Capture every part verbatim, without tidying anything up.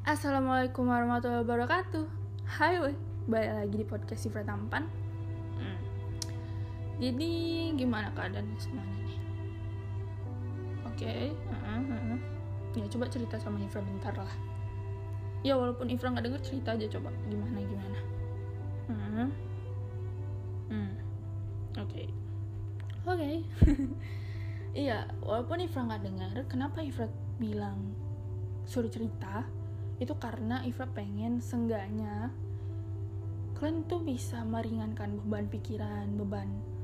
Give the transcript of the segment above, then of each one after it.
Assalamualaikum warahmatullahi wabarakatuh. Hai weh, balik lagi di podcast Ifra Tampan. hmm. Jadi gimana keadaannya semuanya nih? Oke okay. uh-uh, uh-uh. Ya coba cerita sama Ifra bentar lah. Ya walaupun Ifra gak denger, cerita aja coba gimana gimana. uh-uh. hmm. Oke okay. Oke okay. Iya, walaupun Ifra gak denger, kenapa Ifra bilang suruh cerita? Itu karena Ifra pengen seenggaknya kalian tuh bisa meringankan beban pikiran, beban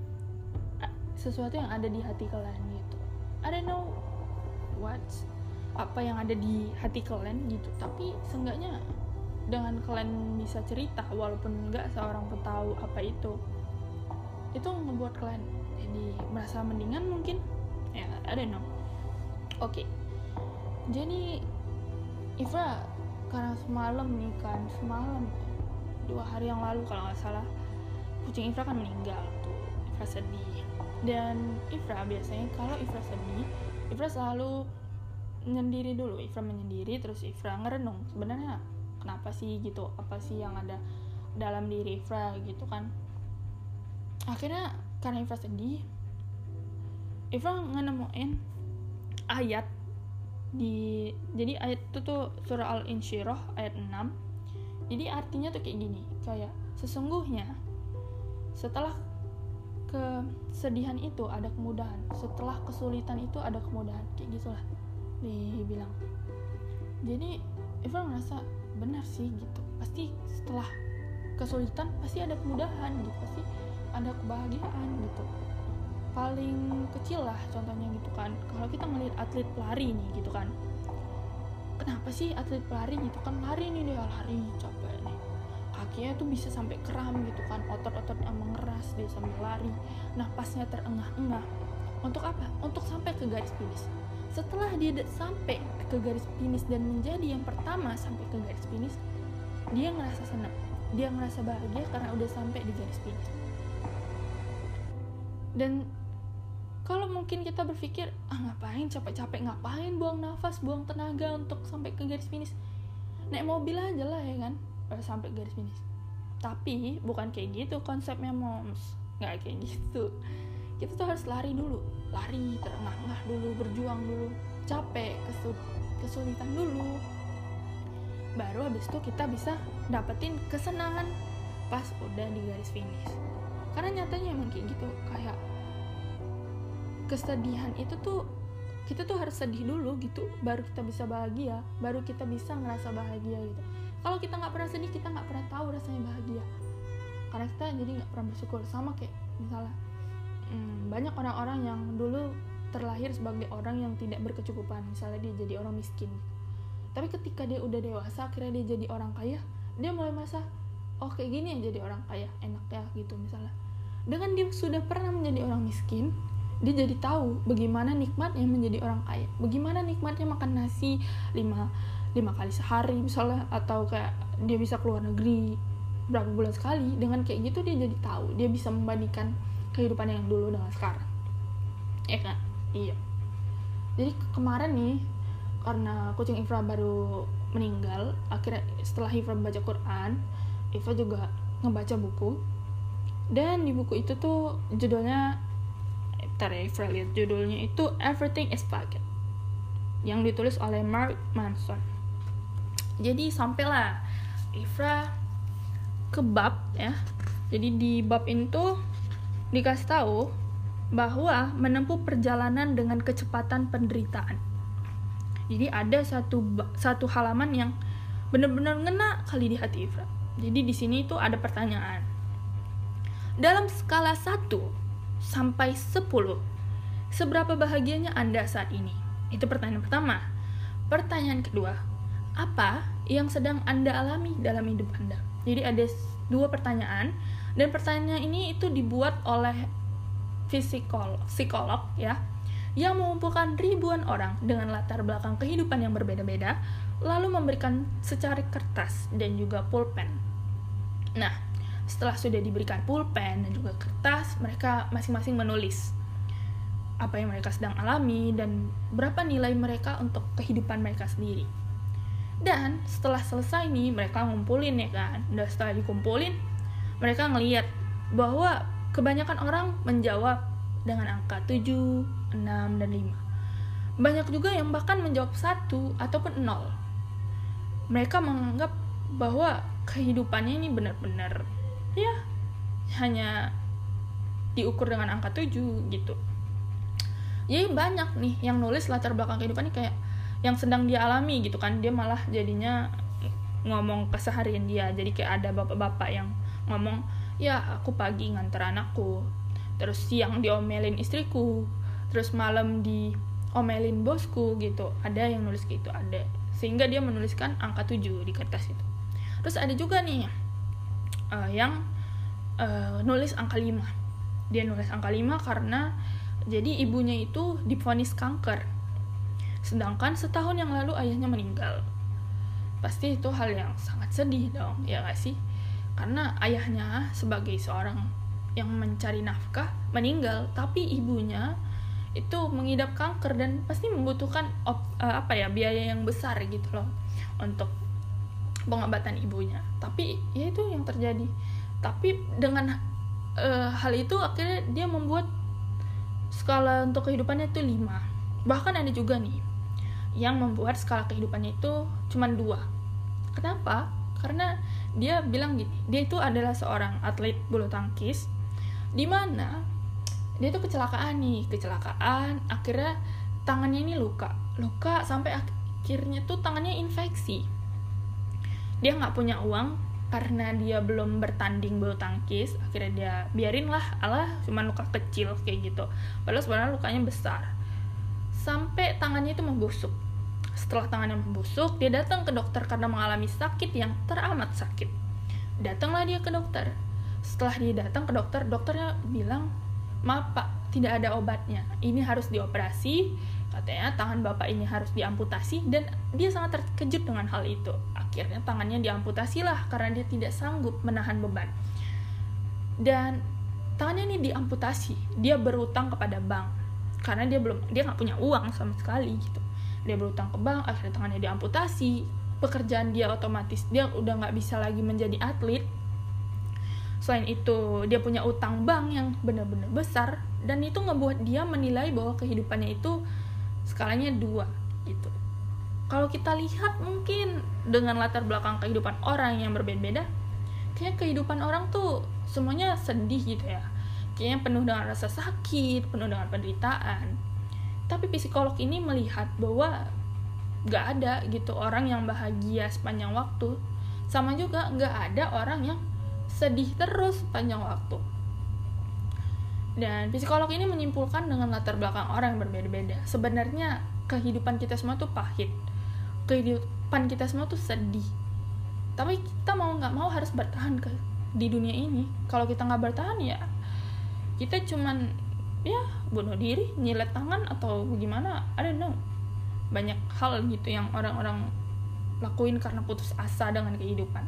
sesuatu yang ada di hati kalian gitu. I don't know what apa yang ada di hati kalian gitu, tapi seenggaknya dengan kalian bisa cerita walaupun nggak seorang pun tahu apa itu, itu ngebuat kalian jadi merasa mendingan mungkin ya, I don't know. Oke okay. Jadi Ifra karena semalam nih kan, semalam dua hari yang lalu kalau nggak salah, kucing Ifra kan meninggal tuh. Ifra sedih. Dan Ifra biasanya kalau Ifra sedih, Ifra selalu menyendiri dulu. Ifra menyendiri terus Ifra ngerenung. Sebenarnya kenapa sih gitu? Apa sih yang ada dalam diri Ifra gitu kan? Akhirnya karena Ifra sedih, Ifra ngenemuin ayat di jadi ayat itu tuh surah Al-Insyirah ayat enam. Jadi artinya tuh kayak gini, kayak sesungguhnya setelah kesedihan itu ada kemudahan, setelah kesulitan itu ada kemudahan, kayak gitulah dibilang. Jadi Ifra merasa benar sih gitu, pasti setelah kesulitan pasti ada kemudahan gitu, pasti ada kebahagiaan gitu. Paling kecil lah contohnya gitu kan, kalau kita ngelihat atlet pelari nih gitu kan, kenapa sih atlet pelari gitu kan, lari nih dia lari capek nih, kakinya tuh bisa sampai kram gitu kan, otot-ototnya mengeras dia sambil lari, napasnya terengah-engah. Untuk apa? Untuk sampai ke garis finish. Setelah dia sampai ke garis finish dan menjadi yang pertama sampai ke garis finish, dia ngerasa senang, dia ngerasa bahagia karena udah sampai di garis finish. Dan kalau mungkin kita berpikir, ah ngapain capek-capek, ngapain buang nafas, buang tenaga untuk sampai ke garis finish, naik mobil aja lah ya kan, udah sampai garis finish. Tapi bukan kayak gitu konsepnya moms, nggak kayak gitu. Kita tuh harus lari dulu, lari terengah-engah dulu, berjuang dulu, capek, kesul- kesulitan dulu, baru habis itu kita bisa dapetin kesenangan pas udah di garis finish. Karena nyatanya emang kayak gitu, kayak kesedihan itu tuh kita tuh harus sedih dulu gitu, baru kita bisa bahagia, baru kita bisa ngerasa bahagia gitu. Kalau kita nggak pernah sedih, kita nggak pernah tahu rasanya bahagia, karena kita jadi nggak pernah bersyukur. Sama kayak misalnya hmm, banyak orang-orang yang dulu terlahir sebagai orang yang tidak berkecukupan, misalnya dia jadi orang miskin, tapi ketika dia udah dewasa akhirnya dia jadi orang kaya, dia mulai merasa oh kayak gini ya jadi orang kaya, enak ya gitu. Misalnya dengan dia sudah pernah menjadi orang miskin, dia jadi tahu bagaimana nikmatnya menjadi orang kaya, bagaimana nikmatnya makan nasi lima, lima kali sehari misalnya, atau kayak dia bisa keluar negeri berapa bulan sekali. Dengan kayak gitu dia jadi tahu, dia bisa membandingkan kehidupan yang dulu dengan sekarang, ya kan? Iya. Jadi kemarin nih, karena kucing Ifra baru meninggal, akhirnya setelah Ifra baca Quran, Ifra juga ngebaca buku. Dan di buku itu tuh judulnya, ntar ya Ifra lihat judulnya itu Everything is Packet, yang ditulis oleh Mark Manson. Jadi sampailah Ifra ke bab ya. Jadi di bab itu dikasih tahu bahwa menempuh perjalanan dengan kecepatan penderitaan. Jadi ada satu satu halaman yang benar-benar ngena kali di hati Ifra. Jadi di sini tuh ada pertanyaan. Dalam skala satu sampai sepuluh, seberapa bahagianya Anda saat ini? Itu pertanyaan pertama. Pertanyaan kedua, apa yang sedang Anda alami dalam hidup Anda? Jadi ada dua pertanyaan, dan pertanyaan ini itu dibuat oleh psikolog, psikolog ya, yang mengumpulkan ribuan orang dengan latar belakang kehidupan yang berbeda-beda, lalu memberikan secari kertas dan juga pulpen. Nah, setelah sudah diberikan pulpen dan juga kertas, mereka masing-masing menulis apa yang mereka sedang alami dan berapa nilai mereka untuk kehidupan mereka sendiri. Dan setelah selesai nih mereka ngumpulin ya kan. Dan setelah dikumpulin mereka ngeliat bahwa kebanyakan orang menjawab dengan angka tujuh, enam, dan lima. Banyak juga yang bahkan menjawab satu ataupun nol. Mereka menganggap bahwa kehidupannya ini benar-benar ya hanya diukur dengan angka tujuh gitu. Jadi banyak nih yang nulis latar belakang kehidupannya kayak yang sedang dia alami gitu kan. Dia malah jadinya ngomong keseharian dia. Jadi kayak ada bapak-bapak yang ngomong, ya aku pagi nganter anakku, terus siang diomelin istriku, terus malam diomelin bosku gitu. Ada yang nulis gitu, ada. Sehingga dia menuliskan angka tujuh di kertas itu. Terus ada juga nih uh, yang uh, nulis angka lima. Dia nulis angka lima karena jadi ibunya itu divonis kanker. Sedangkan setahun yang lalu ayahnya meninggal. Pasti itu hal yang sangat sedih dong, ya gak sih? Karena ayahnya sebagai seorang yang mencari nafkah meninggal, tapi ibunya itu mengidap kanker dan pasti membutuhkan op, uh, apa ya biaya yang besar gitu loh untuk pengobatan ibunya. Tapi ya itu yang terjadi. Tapi dengan uh, hal itu akhirnya dia membuat skala untuk kehidupannya itu lima. Bahkan ada juga nih yang membuat skala kehidupannya itu cuma dua. Kenapa? Karena dia bilang gini, dia itu adalah seorang atlet bulu tangkis di mana dia itu kecelakaan nih, kecelakaan akhirnya tangannya ini luka, luka sampai akhirnya tuh tangannya infeksi. Dia nggak punya uang karena dia belum bertanding bulu tangkis, akhirnya dia biarin lah, alah cuma luka kecil kayak gitu. Padahal sebenarnya lukanya besar. Sampai tangannya itu membusuk. Setelah tangannya membusuk, dia datang ke dokter karena mengalami sakit yang teramat sakit. Datanglah dia ke dokter. Setelah dia datang ke dokter, dokternya bilang, maaf pak, tidak ada obatnya. Ini harus dioperasi. Katanya tangan bapak ini harus diamputasi. Dan dia sangat terkejut dengan hal itu. Akhirnya tangannya diamputasi lah karena dia tidak sanggup menahan beban. Dan tangannya ini diamputasi. Dia berutang kepada bank karena dia belum dia nggak punya uang sama sekali gitu. Dia berutang ke bank, akhirnya tangannya diamputasi. Pekerjaan dia otomatis dia udah nggak bisa lagi menjadi atlet. Selain itu dia punya utang bank yang benar-benar besar, dan itu ngebuat dia menilai bahwa kehidupannya itu skalanya dua gitu. Kalau kita lihat mungkin dengan latar belakang kehidupan orang yang berbeda-beda, kayak kehidupan orang tuh semuanya sedih gitu ya. Kayaknya penuh dengan rasa sakit, penuh dengan penderitaan. Tapi psikolog ini melihat bahwa gak ada gitu orang yang bahagia sepanjang waktu. Sama juga gak ada orang yang sedih terus sepanjang waktu. Dan psikolog ini menyimpulkan dengan latar belakang orang yang berbeda-beda. Sebenarnya kehidupan kita semua tuh pahit. Kehidupan kita semua tuh sedih. Tapi kita mau gak mau harus bertahan ke, di dunia ini. Kalau kita gak bertahan ya kita cuman ya bunuh diri, nyilet tangan atau gimana, I don't know. Banyak hal gitu yang orang-orang lakuin karena putus asa dengan kehidupan.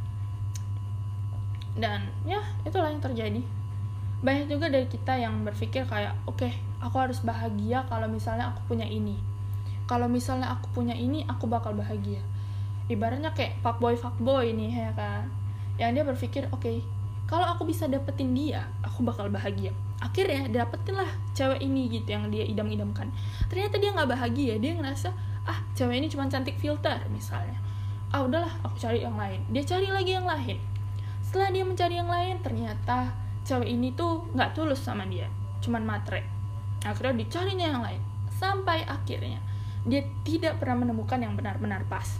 Dan ya itulah yang terjadi. Banyak juga dari kita yang berpikir kayak, oke, okay, aku harus bahagia kalau misalnya aku punya ini. Kalau misalnya aku punya ini, aku bakal bahagia. Ibaratnya kayak fuckboy fuckboy nih ya kan. Yang dia berpikir, oke, okay, kalau aku bisa dapetin dia, aku bakal bahagia. Akhirnya dapetin lah cewek ini gitu yang dia idam-idamkan. Ternyata dia nggak bahagia, dia ngerasa ah cewek ini cuma cantik filter misalnya. Ah udahlah, aku cari yang lain. Dia cari lagi yang lain. Setelah dia mencari yang lain, ternyata cewek ini tuh nggak tulus sama dia, cuman matre. Akhirnya dicarinya yang lain, sampai akhirnya dia tidak pernah menemukan yang benar-benar pas.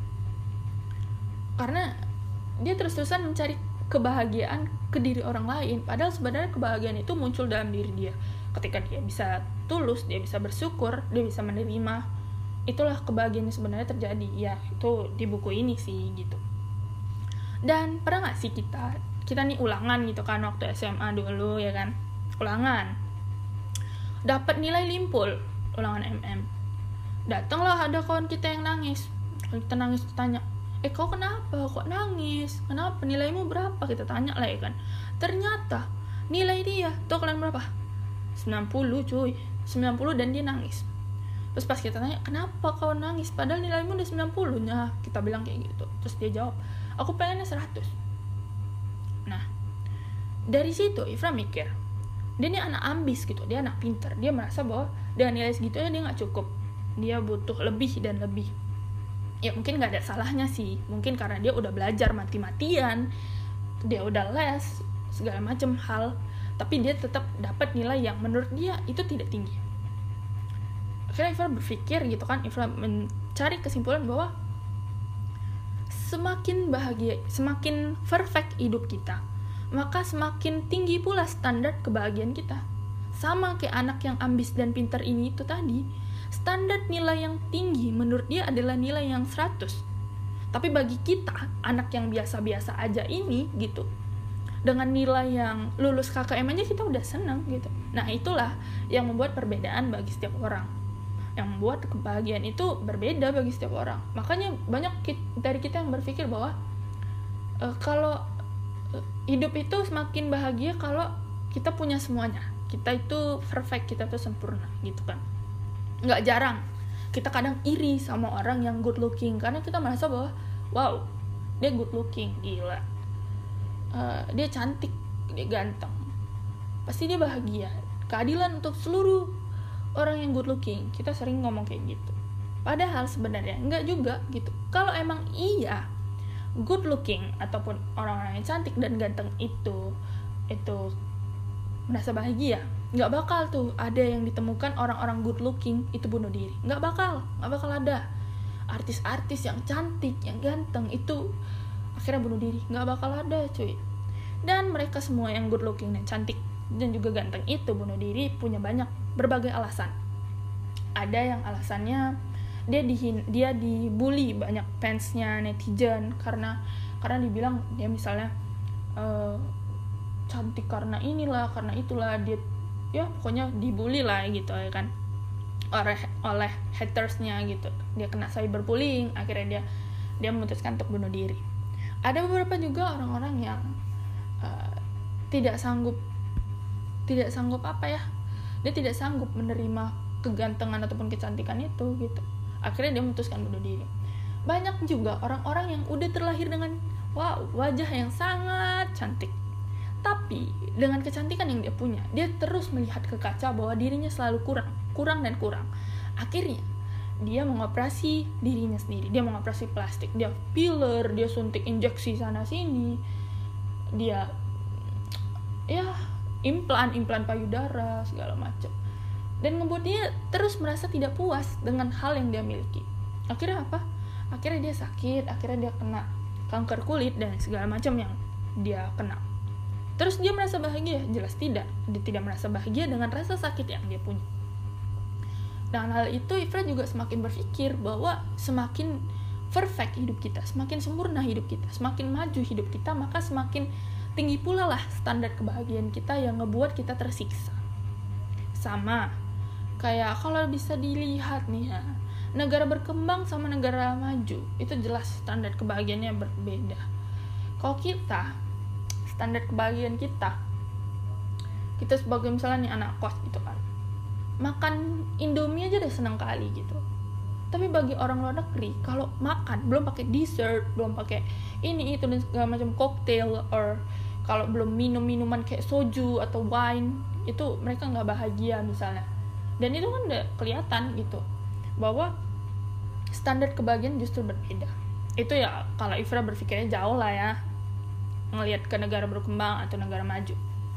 Karena dia terus-terusan mencari kebahagiaan ke diri orang lain, padahal sebenarnya kebahagiaan itu muncul dalam diri dia. Ketika dia bisa tulus, dia bisa bersyukur, dia bisa menerima, itulah kebahagiaan yang sebenarnya terjadi. Ya itu di buku ini sih gitu. Dan pernah gak sih kita kita nih ulangan gitu kan waktu S M A dulu ya kan, ulangan dapat nilai limpul, ulangan M M. Datanglah ada kawan kita yang nangis. Kita nangis, tanya, eh kau kenapa, kok nangis, kenapa, nilaimu berapa, kita tanya lah ya kan. Ternyata nilai dia tuh kalian berapa, sembilan puluh cuy, sembilan puluh, dan dia nangis. Terus pas kita tanya, kenapa kau nangis padahal nilaimu udah sembilan puluh? Nah, kita bilang kayak gitu. Terus dia jawab, aku pengennya seratus. Nah, dari situ Ifra mikir, dia ini anak ambis gitu, dia anak pinter. Dia merasa bahwa dengan nilai segitunya dia gak cukup, dia butuh lebih dan lebih. Ya mungkin gak ada salahnya sih, mungkin karena dia udah belajar mati-matian, dia udah les, segala macam hal, tapi dia tetap dapat nilai yang menurut dia itu tidak tinggi. Akhirnya Ifra berpikir gitu kan, Ifra mencari kesimpulan bahwa semakin bahagia, semakin perfect hidup kita, maka semakin tinggi pula standar kebahagiaan kita. Sama kayak anak yang ambis dan pintar ini itu tadi, standar nilai yang tinggi menurut dia adalah nilai yang seratus. Tapi bagi kita, anak yang biasa-biasa aja ini gitu, dengan nilai yang lulus K K M aja kita udah senang gitu. Nah, itulah yang membuat perbedaan bagi setiap orang. Yang membuat kebahagiaan itu berbeda bagi setiap orang. Makanya banyak dari kita yang berpikir bahwa e, kalau hidup itu semakin bahagia kalau kita punya semuanya. Kita itu perfect, kita tuh sempurna gitu kan. Nggak jarang kita kadang iri sama orang yang good looking karena kita merasa bahwa wow, dia good looking, gila, uh, dia cantik, dia ganteng, pasti dia bahagia. Keadilan untuk seluruh orang yang good looking, kita sering ngomong kayak gitu. Padahal sebenarnya nggak juga gitu. Kalau emang iya good looking ataupun orang-orang yang cantik dan ganteng itu itu merasa bahagia, nggak bakal tuh ada yang ditemukan orang-orang good looking itu bunuh diri. Nggak bakal, nggak bakal ada artis-artis yang cantik, yang ganteng itu akhirnya bunuh diri. Nggak bakal ada cuy. Dan mereka semua yang good looking dan cantik dan juga ganteng itu bunuh diri punya banyak berbagai alasan. Ada yang alasannya dia dihin, dia dibully banyak fansnya, netizen karena karena dibilang dia misalnya uh, cantik karena inilah, karena itulah, dia ya pokoknya dibully lah gitu ya kan oleh oleh hatersnya gitu. Dia kena cyberbullying, akhirnya dia dia memutuskan untuk bunuh diri. Ada beberapa juga orang-orang yang uh, tidak sanggup tidak sanggup apa ya dia tidak sanggup menerima kegantengan ataupun kecantikan itu gitu, akhirnya dia memutuskan bunuh diri. Banyak juga orang-orang yang udah terlahir dengan wow, wajah yang sangat cantik, tapi dengan kecantikan yang dia punya, dia terus melihat ke kaca bahwa dirinya selalu kurang, kurang dan kurang. Akhirnya dia mengoperasi dirinya sendiri, dia mengoperasi plastik, dia filler, dia suntik injeksi sana sini, dia ya implan, implan payudara segala macam, dan ngebuat dia terus merasa tidak puas dengan hal yang dia miliki. Akhirnya apa? Akhirnya dia sakit, akhirnya dia kena kanker kulit dan segala macam yang dia kena. Terus dia merasa bahagia? Jelas tidak. Dia tidak merasa bahagia dengan rasa sakit yang dia punya. Dengan hal itu, Ifra juga semakin berpikir bahwa semakin perfect hidup kita, semakin sempurna hidup kita, semakin maju hidup kita, maka semakin tinggi pula lah standar kebahagiaan kita yang ngebuat kita tersiksa. Sama kayak kalau bisa dilihat nih ya, negara berkembang sama negara maju itu jelas standar kebahagiaannya berbeda. Kalau kita, standar kebahagiaan kita kita sebagai misalnya nih anak kos gitu kan, makan Indomie aja udah seneng kali gitu. Tapi bagi orang luar negeri, kalau makan belum pakai dessert, belum pakai ini itu dan segala macam cocktail, or kalau belum minum minuman kayak soju atau wine, itu mereka nggak bahagia misalnya. Dan itu kan udah kelihatan gitu bahwa standar kebahagiaan justru berbeda. Itu ya kalau Ifra berpikirnya jauh lah ya, ngelihat ke negara berkembang atau negara maju.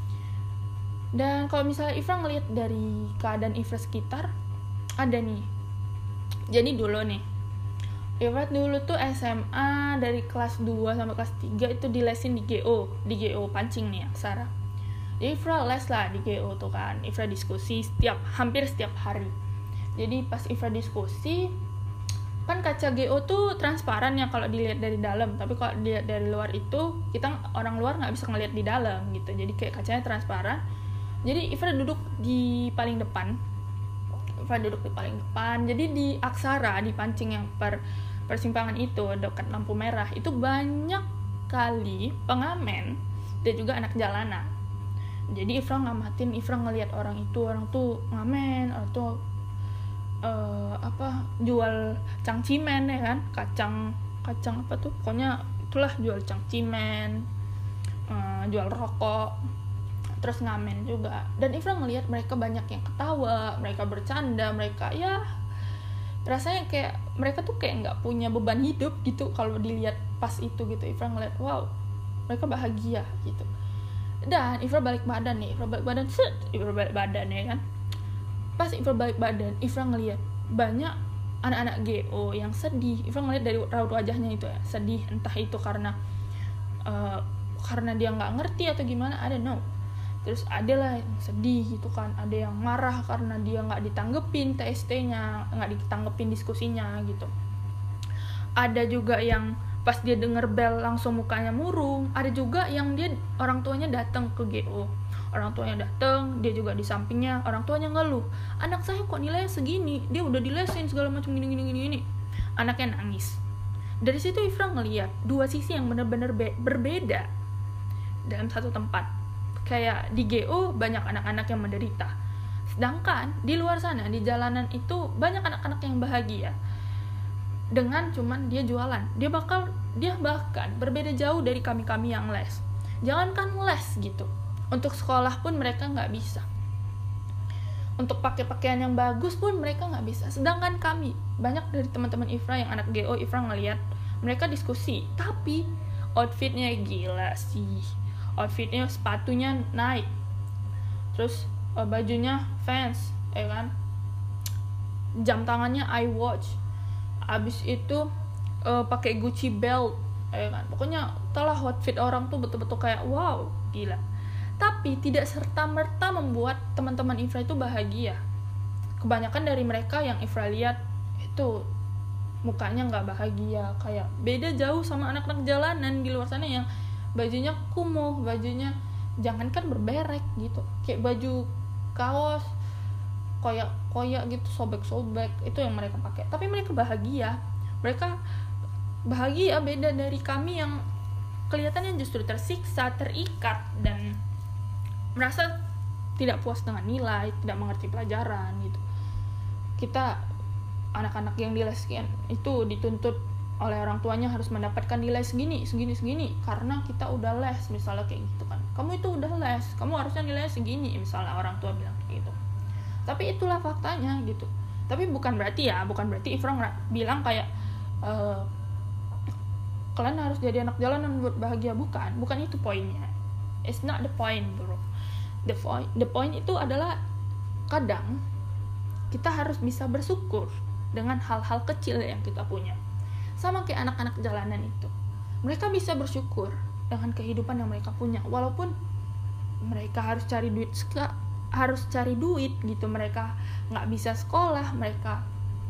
Dan kalau misalnya Ifra ngelihat dari keadaan Ifra sekitar, ada nih. Jadi dulu nih, Ifra dulu tuh S M A dari kelas dua sampai kelas tiga itu dilesin di G O, di G O pancing nih aksara. Jadi Ifra les lah di G O tuh kan. Ifra diskusi setiap hampir setiap hari. Jadi pas Ifra diskusi, kan kaca G O tuh transparan ya kalau dilihat dari dalam, tapi kalau dilihat dari luar itu kita orang luar nggak bisa ngelihat di dalam gitu. Jadi kayak kacanya transparan. Jadi Ifra duduk di paling depan. Ifra duduk di paling depan. Jadi di aksara, di pancing yang per persimpangan itu dekat lampu merah itu banyak kali pengamen dan juga anak jalanan. Jadi Ifra ngamatin, Ifra ngelihat orang itu, orang tuh ngamen, orang tuh uh, apa jual cangcimen ya kan, kacang kacang apa tuh, pokoknya itulah jual cangcimen, uh, jual rokok, terus ngamen juga. Dan Ifra ngelihat mereka banyak yang ketawa, mereka bercanda, mereka ya rasanya kayak mereka tuh kayak nggak punya beban hidup gitu kalau dilihat pas itu gitu. Ifra ngeliat wow, mereka bahagia gitu. Dan Ifra balik badan nih, Ifra balik badan, set, Ifra balik badan ya kan. Pas Ifra balik badan, Ifra ngeliat banyak anak-anak G O yang sedih. Ifra ngeliat dari raut wajahnya itu ya, sedih, entah itu karena uh, karena dia nggak ngerti atau gimana, I don't know. Terus ada lah yang sedih gitu kan, ada yang marah karena dia nggak ditanggepin T S T-nya, nggak ditanggepin diskusinya gitu. Ada juga yang pas dia denger bel langsung mukanya murung. Ada juga yang dia orang tuanya datang ke G O, orang tuanya datang, dia juga di sampingnya, orang tuanya ngeluh, anak saya kok nilainya segini, dia udah dilesin segala macam gini gini gini gini. Anaknya nangis. Dari situ Ifra ngeliat dua sisi yang benar-benar be- berbeda dalam satu tempat. Kayak di G O banyak anak-anak yang menderita, sedangkan di luar sana di jalanan itu banyak anak-anak yang bahagia dengan cuman dia jualan. Dia bakal dia bahkan berbeda jauh dari kami-kami yang les. Jangankan les gitu, untuk sekolah pun mereka nggak bisa, untuk pakai pakaian yang bagus pun mereka nggak bisa. Sedangkan kami, banyak dari teman-teman Ifra yang anak G O, Ifra ngeliat mereka diskusi, tapi outfitnya gila sih. Outfitnya, sepatunya naik, terus uh, bajunya Vans, ya kan, jam tangannya iWatch, abis itu uh, pakai Gucci belt, ya kan, pokoknya telah outfit orang tuh betul-betul kayak wow, gila. Tapi tidak serta-merta membuat teman-teman Ifra itu bahagia. Kebanyakan dari mereka yang Ifra lihat itu mukanya nggak bahagia, kayak beda jauh sama anak-anak jalanan di luar sana yang bajunya kumuh, bajunya jangankan berberek gitu, kayak baju kaos koyak-koyak gitu, sobek-sobek, itu yang mereka pakai. Tapi mereka bahagia, mereka bahagia beda dari kami yang kelihatannya justru tersiksa, terikat, dan merasa tidak puas dengan nilai, tidak mengerti pelajaran gitu. Kita anak-anak yang di les itu dituntut oleh orang tuanya harus mendapatkan nilai segini, segini, segini, karena kita udah les, misalnya kayak gitu kan. Kamu itu udah les, kamu harusnya nilainya segini, misalnya orang tua bilang kayak gitu. Tapi itulah faktanya gitu. Tapi bukan berarti ya, bukan berarti Ifra bilang kayak e, kalian harus jadi anak jalanan buat bahagia, bukan, bukan itu poinnya. It's not the point, bro. The point, the point itu adalah kadang kita harus bisa bersyukur dengan hal-hal kecil yang kita punya. Sama kayak anak-anak jalanan itu, mereka bisa bersyukur dengan kehidupan yang mereka punya, walaupun mereka harus cari duit harus cari duit gitu, mereka nggak bisa sekolah, mereka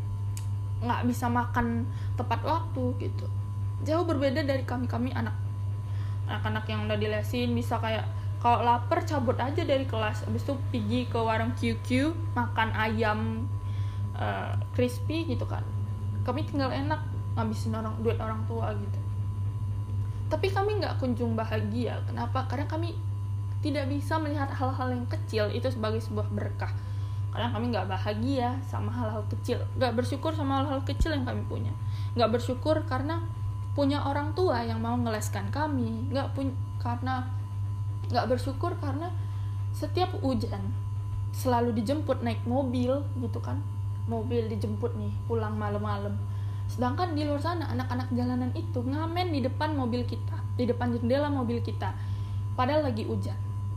nggak bisa makan tepat waktu gitu. Jauh berbeda dari kami-kami anak anak-anak yang udah dilesin, bisa kayak kalau lapar cabut aja dari kelas, abis itu pergi ke warung Q Q makan ayam uh, crispy gitu kan. Kami tinggal enak ngabisin orang duit orang tua gitu. Tapi kami nggak kunjung bahagia. Kenapa? Karena kami tidak bisa melihat hal-hal yang kecil itu sebagai sebuah berkah. Karena kami nggak bahagia sama hal-hal kecil, nggak bersyukur sama hal-hal kecil yang kami punya, nggak bersyukur karena punya orang tua yang mau ngeleskan kami, nggak pun karena nggak bersyukur karena setiap hujan selalu dijemput naik mobil gitu kan, mobil dijemput nih pulang malam-malam. Sedangkan di luar sana anak-anak jalanan itu ngamen di depan mobil kita, di depan jendela mobil kita, padahal lagi hujan.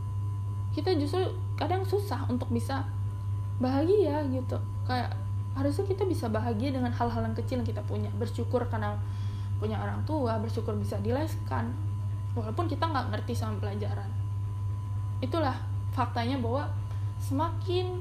Kita justru kadang susah untuk bisa bahagia gitu. Kayak harusnya kita bisa bahagia dengan hal-hal yang kecil yang kita punya, bersyukur karena punya orang tua, bersyukur bisa dileskan, walaupun kita nggak ngerti sama pelajaran. Itulah faktanya bahwa semakin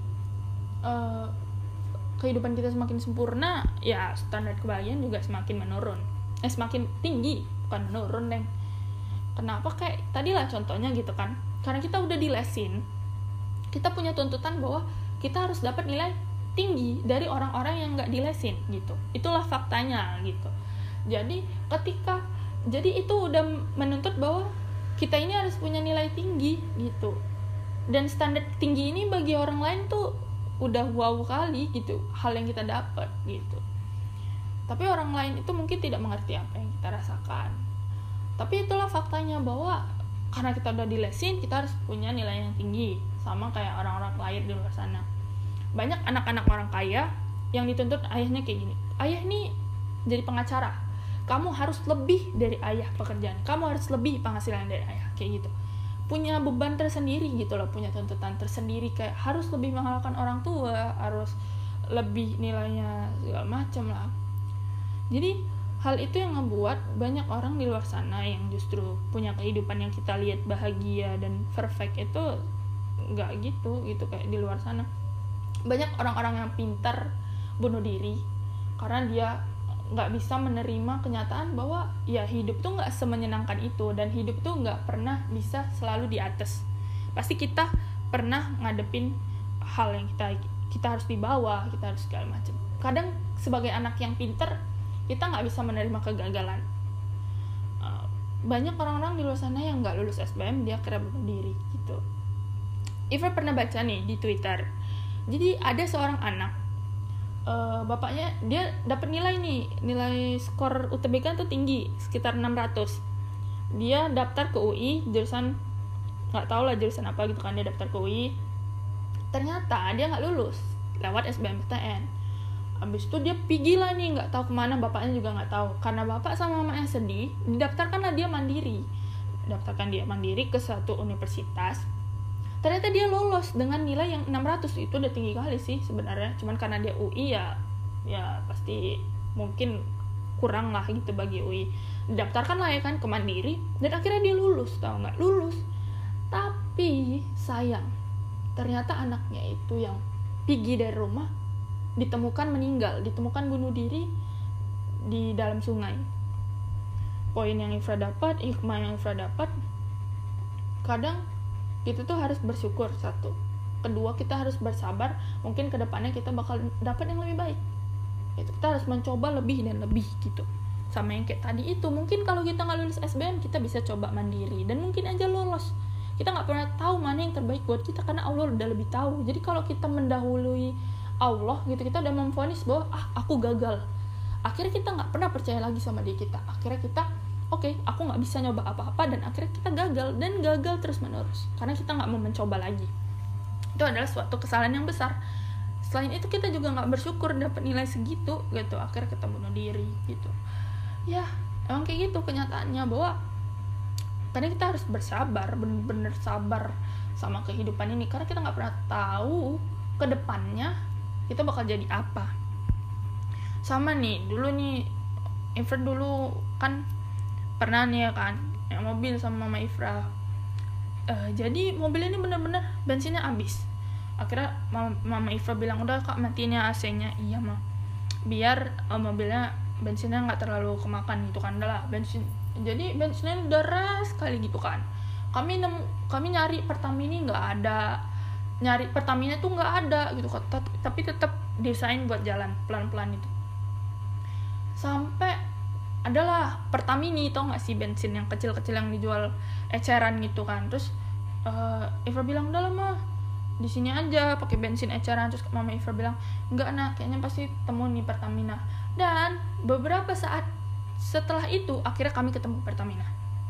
uh, kehidupan kita semakin sempurna, ya standar kebahagiaan juga semakin menurun, eh semakin tinggi, bukan menurun deng. Kenapa? Kayak tadi lah contohnya gitu kan, karena kita udah dilesin, kita punya tuntutan bahwa kita harus dapat nilai tinggi dari orang-orang yang nggak dilesin gitu. Itulah faktanya gitu. Jadi ketika jadi itu udah menuntut bahwa kita ini harus punya nilai tinggi gitu. Dan standar tinggi ini bagi orang lain tuh udah wow kali gitu hal yang kita dapat gitu. Tapi orang lain itu mungkin tidak mengerti apa yang kita rasakan. Tapi itulah faktanya, bahwa karena kita udah dilesin, kita harus punya nilai yang tinggi, sama kayak orang-orang kaya di luar sana. Banyak anak-anak orang kaya yang dituntut ayahnya kayak gini, ayah nih jadi pengacara, kamu harus lebih dari ayah pekerjaan, kamu harus lebih penghasilan dari ayah, kayak gitu. Punya beban tersendiri gitu loh, punya tuntutan tersendiri, kayak harus lebih menghalalkan orang tua, harus lebih nilainya segala macam lah. Jadi hal itu yang ngebuat banyak orang di luar sana yang justru punya kehidupan yang kita lihat bahagia dan perfect itu nggak gitu gitu kayak di luar sana. Banyak orang-orang yang pintar bunuh diri karena dia nggak bisa menerima kenyataan bahwa ya hidup tuh nggak semenyenangkan itu, dan hidup tuh nggak pernah bisa selalu di atas. Pasti kita pernah ngadepin hal yang kita kita harus di bawah, kita harus segala macam. Kadang sebagai anak yang pintar kita nggak bisa menerima kegagalan. Uh, banyak orang-orang di luar sana yang nggak lulus S B M, dia kira bunuh diri gitu. Ifra pernah baca nih di Twitter. Jadi ada seorang anak, uh, bapaknya dia dapat nilai nih, nilai skor U T B K tuh tinggi, sekitar enam ratus. Dia daftar ke U I, jurusan nggak tahu lah jurusan apa gitu kan, dia daftar ke U I. Ternyata dia nggak lulus lewat S B M P T N. Abis itu dia pergi lah nih, nggak tahu kemana, bapaknya juga nggak tahu. Karena bapak sama mamanya sedih, didaftarkanlah dia mandiri. Daftarkan dia mandiri ke satu universitas. Ternyata dia lolos dengan nilai yang enam ratus, itu udah tinggi kali sih sebenarnya. Cuman karena dia U I ya, ya pasti mungkin kurang lah gitu bagi U I. Didaftarkan lah ya kan ke mandiri, dan akhirnya dia lulus, tahu nggak? Lulus. Tapi sayang, ternyata anaknya itu yang pergi dari rumah ditemukan meninggal, ditemukan bunuh diri di dalam sungai. Poin yang Ifra dapat, hikmah yang Ifra dapat, kadang kita tuh harus bersyukur, satu. Kedua, kita harus bersabar, mungkin kedepannya kita bakal dapat yang lebih baik. Itu kita harus mencoba lebih dan lebih gitu. Sama yang kayak tadi itu, mungkin kalau kita nggak lulus S B M, kita bisa coba mandiri dan mungkin aja lolos. Kita nggak pernah tahu mana yang terbaik buat kita karena Allah udah lebih tahu. Jadi kalau kita mendahului Allah gitu, kita udah memvonis bahwa ah aku gagal, akhirnya kita nggak pernah percaya lagi sama diri kita. Akhirnya kita oke okay, aku nggak bisa nyoba apa-apa, dan akhirnya kita gagal dan gagal terus menerus karena kita nggak mau mencoba lagi. Itu adalah suatu kesalahan yang besar. Selain itu kita juga nggak bersyukur dapat nilai segitu gitu, akhirnya kita bunuh diri gitu. Ya emang kayak gitu kenyataannya, bahwa karena kita harus bersabar, bener-bener sabar sama kehidupan ini, karena kita nggak pernah tahu ke depannya kita bakal jadi apa. Sama nih, dulu nih Ifra dulu kan pernah nih ya kan, yang mobil sama mama Ifra. Uh, jadi mobil ini bener-bener bensinnya habis. Akhirnya mama, mama Ifra bilang, udah kak matiin ya A C-nya. Iya mah, biar uh, mobilnya bensinnya nggak terlalu kemakan gitu kan. Udah lah bensin. Jadi bensinnya deras sekali gitu kan. Kami nemu, kami nyari Pertamina nggak ada. Nyari Pertamina tuh nggak ada gitu, tapi tetap desain buat jalan pelan-pelan itu. Sampai adalah Pertamina, tau nggak sih bensin yang kecil-kecil yang dijual eceran gitu kan. Terus uh, Ifra bilang, udah lah mah di sini aja pakai bensin eceran. Terus mama Ifra bilang, enggak nak, kayaknya pasti temu nih Pertamina. Dan beberapa saat setelah itu akhirnya kami ketemu Pertamina.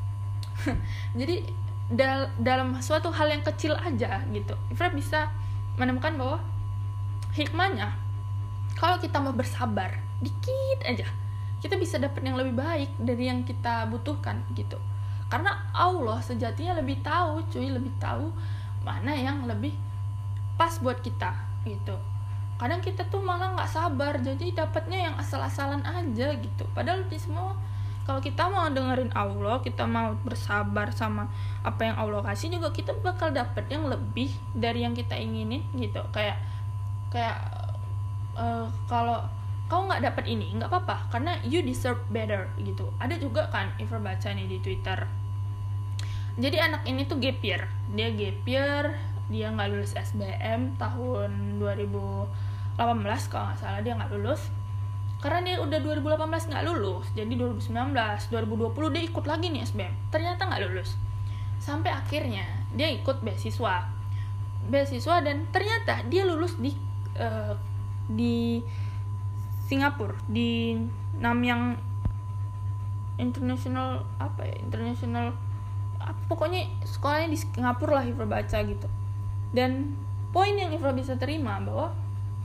Jadi Dal- dalam suatu hal yang kecil aja gitu, Ifra bisa menemukan bahwa hikmahnya kalau kita mau bersabar dikit aja, kita bisa dapat yang lebih baik dari yang kita butuhkan gitu. Karena Allah sejatinya lebih tahu, cuy, lebih tahu mana yang lebih pas buat kita gitu. Kadang kita tuh malah nggak sabar, jadi dapatnya yang asal-asalan aja gitu. Padahal di semua, kalau kita mau dengerin Allah, kita mau bersabar sama apa yang Allah kasih, juga kita bakal dapet yang lebih dari yang kita inginin gitu. Kayak kayak uh, kalau kau nggak dapet ini, nggak apa-apa, karena you deserve better gitu. Ada juga kan, Ifra baca nih di Twitter. Jadi anak ini tuh gap year, dia gap year, dia nggak lulus S B M tahun dua ribu delapan belas kalau nggak salah, dia nggak lulus. Karena dia udah dua ribu delapan belas nggak lulus, jadi dua ribu sembilan belas, dua ribu dua puluh dia ikut lagi nih S B M. Ternyata nggak lulus. Sampai akhirnya dia ikut beasiswa. Beasiswa dan ternyata dia lulus di uh, di Singapura, di Nanyang International apa ya International apa, pokoknya sekolahnya di Singapura lah Ifra baca gitu. Dan poin yang Ifra bisa terima bahwa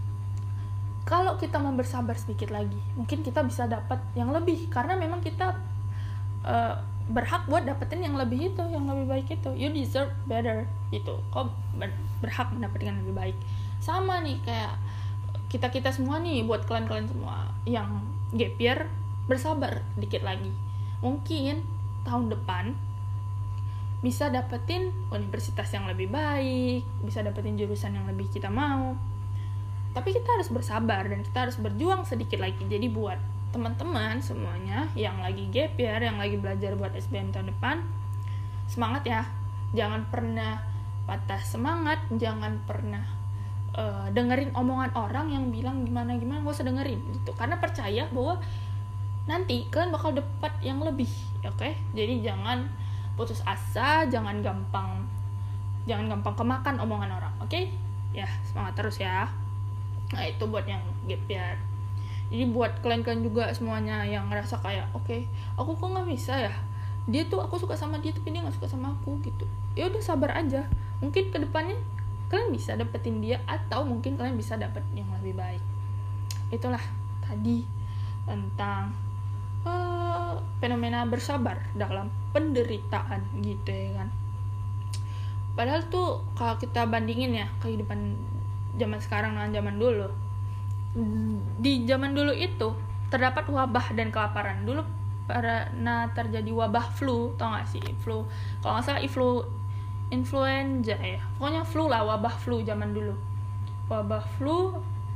kalau kita mau bersabar sedikit lagi, mungkin kita bisa dapat yang lebih, karena memang kita uh, berhak buat dapetin yang lebih itu, yang lebih baik itu. You deserve better gitu. Kau ber- berhak mendapatkan yang lebih baik. Sama nih kayak kita kita semua nih, buat kalian-kalian semua yang gap year, bersabar dikit lagi. Mungkin tahun depan bisa dapetin universitas yang lebih baik, bisa dapetin jurusan yang lebih kita mau. Tapi kita harus bersabar dan kita harus berjuang sedikit lagi. Jadi buat teman-teman semuanya yang lagi gap year, yang lagi belajar buat S B M tahun depan, semangat ya. Jangan pernah patah semangat, jangan pernah uh, dengerin omongan orang yang bilang gimana-gimana, gak usah dengerin gitu. Karena percaya bahwa nanti kalian bakal dapat yang lebih, oke? Okay? Jadi jangan putus asa, jangan gampang jangan gampang kemakan omongan orang, oke? Okay? Ya, semangat terus ya. Nah, itu buat yang gap year. Jadi buat kalian-kalian juga semuanya yang ngerasa kayak, oke, okay, aku kok nggak bisa ya? Dia tuh aku suka sama dia tapi dia nggak suka sama aku gitu. Ya udah sabar aja. Mungkin kedepannya kalian bisa dapetin dia, atau mungkin kalian bisa dapet yang lebih baik. Itulah tadi tentang uh, fenomena bersabar dalam penderitaan gitu ya kan. Padahal tuh kalau kita bandingin ya kehidupan zaman sekarang dengan zaman dulu, di zaman dulu itu terdapat wabah dan kelaparan. Dulu pernah terjadi wabah flu, tau gak sih? Flu, kalau gak salah flu influenza ya, pokoknya flu lah, wabah flu zaman dulu. Wabah flu,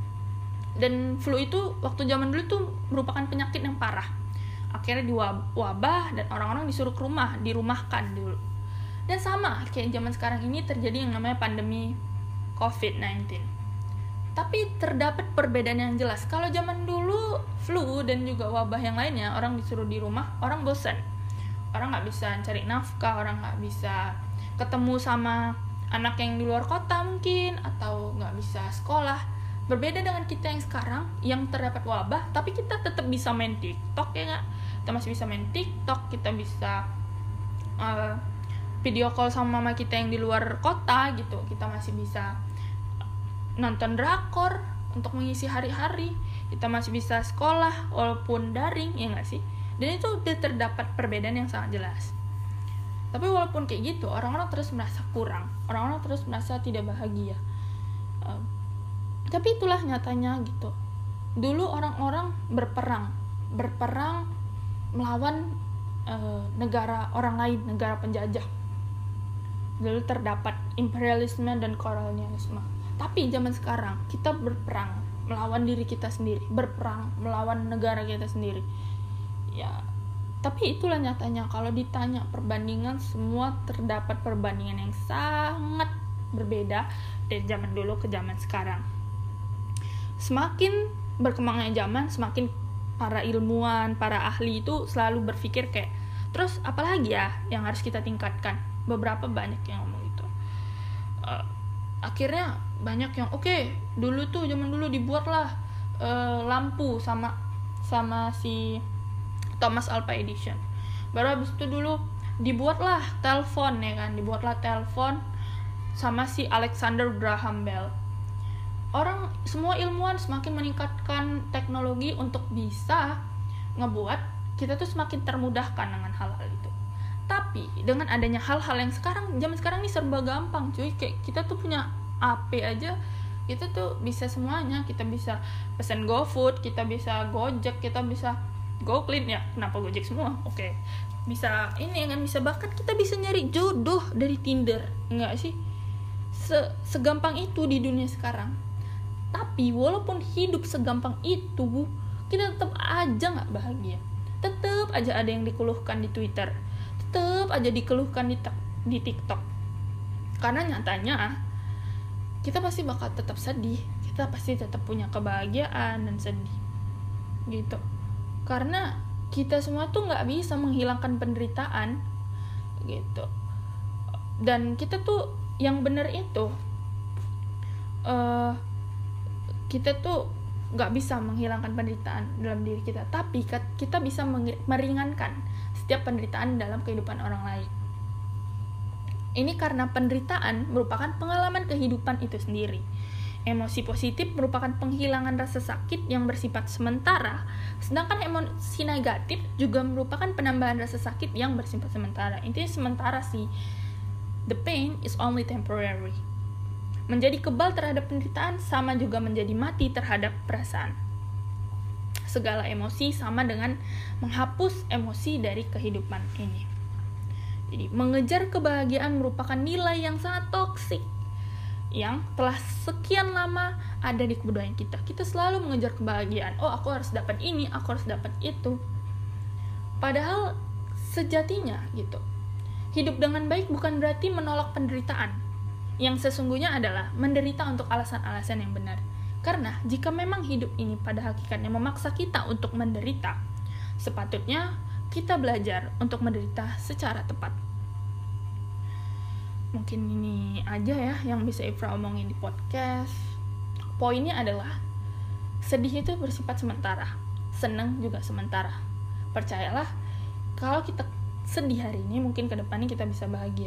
dan flu itu waktu zaman dulu tuh merupakan penyakit yang parah. Akhirnya diwabah dan orang-orang disuruh ke rumah, dirumahkan dulu. Dan sama kayak zaman sekarang ini terjadi yang namanya pandemi covid sembilan belas. Tapi terdapat perbedaan yang jelas. Kalau zaman dulu flu dan juga wabah yang lainnya, orang disuruh di rumah, orang bosan. Orang gak bisa cari nafkah, orang gak bisa ketemu sama anak yang di luar kota mungkin, atau gak bisa sekolah. Berbeda dengan kita yang sekarang, yang terdapat wabah, tapi kita tetap bisa main TikTok ya gak? Kita masih bisa main TikTok, kita bisa uh, video call sama mama kita yang di luar kota gitu. Kita masih bisa nonton drakor untuk mengisi hari-hari, kita masih bisa sekolah walaupun daring, ya nggak sih? Dan itu udah terdapat perbedaan yang sangat jelas. Tapi walaupun kayak gitu, orang-orang terus merasa kurang, orang-orang terus merasa tidak bahagia. Uh, tapi itulah nyatanya gitu. Dulu orang-orang berperang, berperang melawan uh, negara orang lain, negara penjajah. Dulu terdapat imperialisme dan kolonialisme. Tapi zaman sekarang kita berperang melawan diri kita sendiri, berperang melawan negara kita sendiri. Ya, tapi itulah nyatanya. Kalau ditanya perbandingan, semua terdapat perbandingan yang sangat berbeda dari zaman dulu ke zaman sekarang. Semakin berkembangnya zaman, semakin para ilmuwan, para ahli itu selalu berpikir kayak, terus apalagi ya yang harus kita tingkatkan? Beberapa banyak yang ngomong itu. Uh, akhirnya banyak yang oke, okay, dulu tuh zaman dulu dibuatlah uh, lampu sama sama si Thomas Alva Edison. Baru habis itu dulu dibuatlah telepon ya kan, dibuatlah telepon sama si Alexander Graham Bell. Orang semua ilmuwan semakin meningkatkan teknologi untuk bisa ngebuat kita tuh semakin termudahkan dengan hal-hal itu. Tapi dengan adanya hal-hal yang sekarang, zaman sekarang ini serba gampang cuy. Kayak kita tuh punya A P aja, kita tuh bisa semuanya. Kita bisa pesen GoFood, kita bisa Gojek, kita bisa GoClean ya. Kenapa Gojek semua? Oke. Okay. Bisa ini kan, bisa bahkan kita bisa nyari jodoh dari Tinder. Enggak sih? Se- segampang itu di dunia sekarang. Tapi walaupun hidup segampang itu, kita tetap aja nggak bahagia. Tetap aja ada yang dikeluhkan di Twitter, tetap aja dikeluhkan di, di TikTok. Karena nyatanya kita pasti bakal tetap sedih, kita pasti tetap punya kebahagiaan dan sedih gitu. Karena kita semua tuh nggak bisa menghilangkan penderitaan gitu. Dan kita tuh yang benar itu uh, kita tuh nggak bisa menghilangkan penderitaan dalam diri kita, tapi kita bisa meringankan setiap penderitaan dalam kehidupan orang lain. Ini karena penderitaan merupakan pengalaman kehidupan itu sendiri. Emosi positif merupakan penghilangan rasa sakit yang bersifat sementara, sedangkan emosi negatif juga merupakan penambahan rasa sakit yang bersifat sementara. Intinya sementara sih. The pain is only temporary. Menjadi kebal terhadap penderitaan sama juga menjadi mati terhadap perasaan. Segala emosi sama dengan menghapus emosi dari kehidupan ini. Jadi, mengejar kebahagiaan merupakan nilai yang sangat toksik yang telah sekian lama ada di kebudayaan kita. Kita selalu mengejar kebahagiaan. Oh, aku harus dapat ini, aku harus dapat itu. Padahal sejatinya gitu, hidup dengan baik bukan berarti menolak penderitaan. Yang sesungguhnya adalah menderita untuk alasan-alasan yang benar. Karena jika memang hidup ini pada hakikatnya memaksa kita untuk menderita, sepatutnya kita belajar untuk menderita secara tepat. Mungkin ini aja ya yang bisa Ifra omongin di podcast. Poinnya adalah sedih itu bersifat sementara, senang juga sementara. Percayalah, kalau kita sedih hari ini, mungkin ke depannya kita bisa bahagia.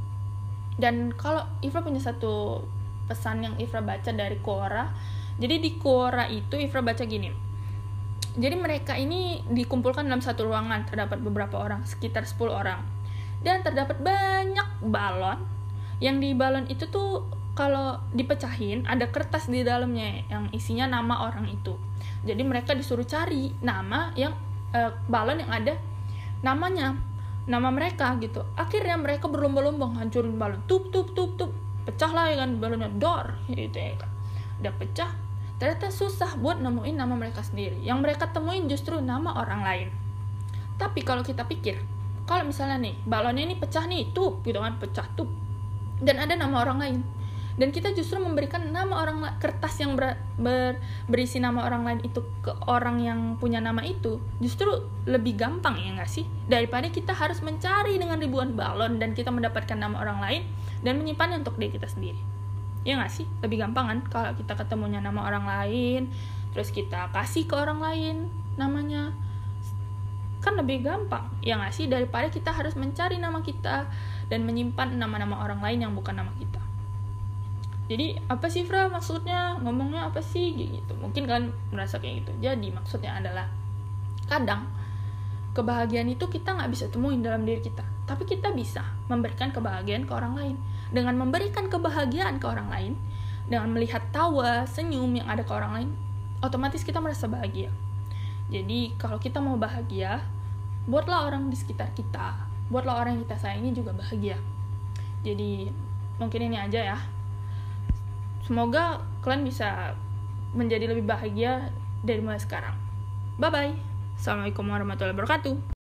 Dan kalau Ifra punya satu pesan yang Ifra baca dari Quora. Jadi di Quora itu Ifra baca gini. Jadi mereka ini dikumpulkan dalam satu ruangan, terdapat beberapa orang, sekitar sepuluh orang. Dan terdapat banyak balon. Yang di balon itu tuh kalau dipecahin ada kertas di dalamnya yang isinya nama orang itu. Jadi mereka disuruh cari nama yang eh, balon yang ada namanya, nama mereka gitu. Akhirnya mereka berlomba-lomba hancurin balon, tup tup tup tup, pecah lah ya kan balonnya, dor gitu ya kan. Udah pecah, ternyata susah buat nemuin nama mereka sendiri. Yang mereka temuin justru nama orang lain. Tapi kalau kita pikir, kalau misalnya nih balonnya ini pecah nih, tup gitu kan, pecah tup, dan ada nama orang lain, dan kita justru memberikan nama orang kertas yang ber, ber, berisi nama orang lain itu ke orang yang punya nama itu, justru lebih gampang ya nggak sih, daripada kita harus mencari dengan ribuan balon dan kita mendapatkan nama orang lain dan menyimpannya untuk diri kita sendiri. Ya nggak sih, lebih gampang kan kalau kita ketemunya nama orang lain terus kita kasih ke orang lain namanya, kan lebih gampang ya nggak sih, daripada kita harus mencari nama kita dan menyimpan nama-nama orang lain yang bukan nama kita. Jadi apa sih Fra maksudnya, ngomongnya apa sih gitu, mungkin kalian merasa kayak gitu. Jadi maksudnya adalah kadang kebahagiaan itu kita nggak bisa temuin dalam diri kita, tapi kita bisa memberikan kebahagiaan ke orang lain. Dengan memberikan kebahagiaan ke orang lain, dengan melihat tawa, senyum yang ada ke orang lain, otomatis kita merasa bahagia. Jadi kalau kita mau bahagia, buatlah orang di sekitar kita, buatlah orang yang kita sayangi juga bahagia. Jadi mungkin ini aja ya. Semoga kalian bisa menjadi lebih bahagia dari mulai sekarang. Bye bye. Assalamualaikum warahmatullahi wabarakatuh.